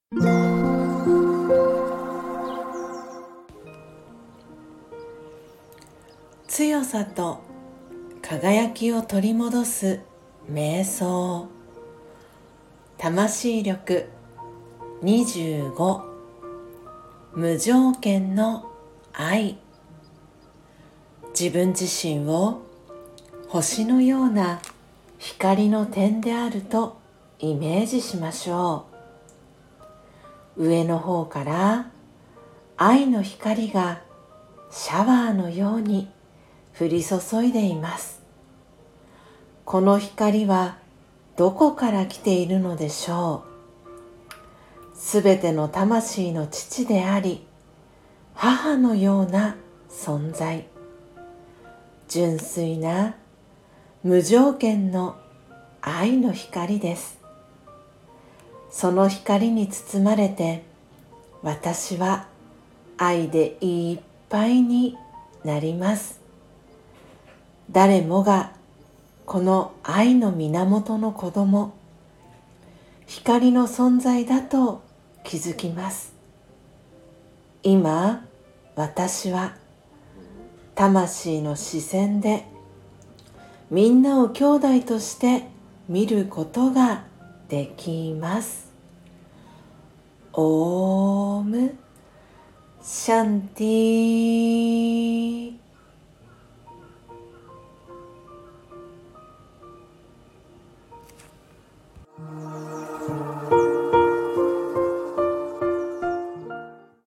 強さと輝きを取り戻す瞑想。魂力25、無条件の愛。自分自身を星のような光の点であるとイメージしましょう。上の方から愛の光がシャワーのように降り注いでいます。この光はどこから来ているのでしょう。すべての魂の父であり、母のような存在。純粋な無条件の愛の光です。その光に包まれて、私は愛でいっぱいになります。誰もがこの愛の源の子供、光の存在だと気づきます。今、私は魂の視線でみんなを兄弟として見ることができます。オームシャンティー。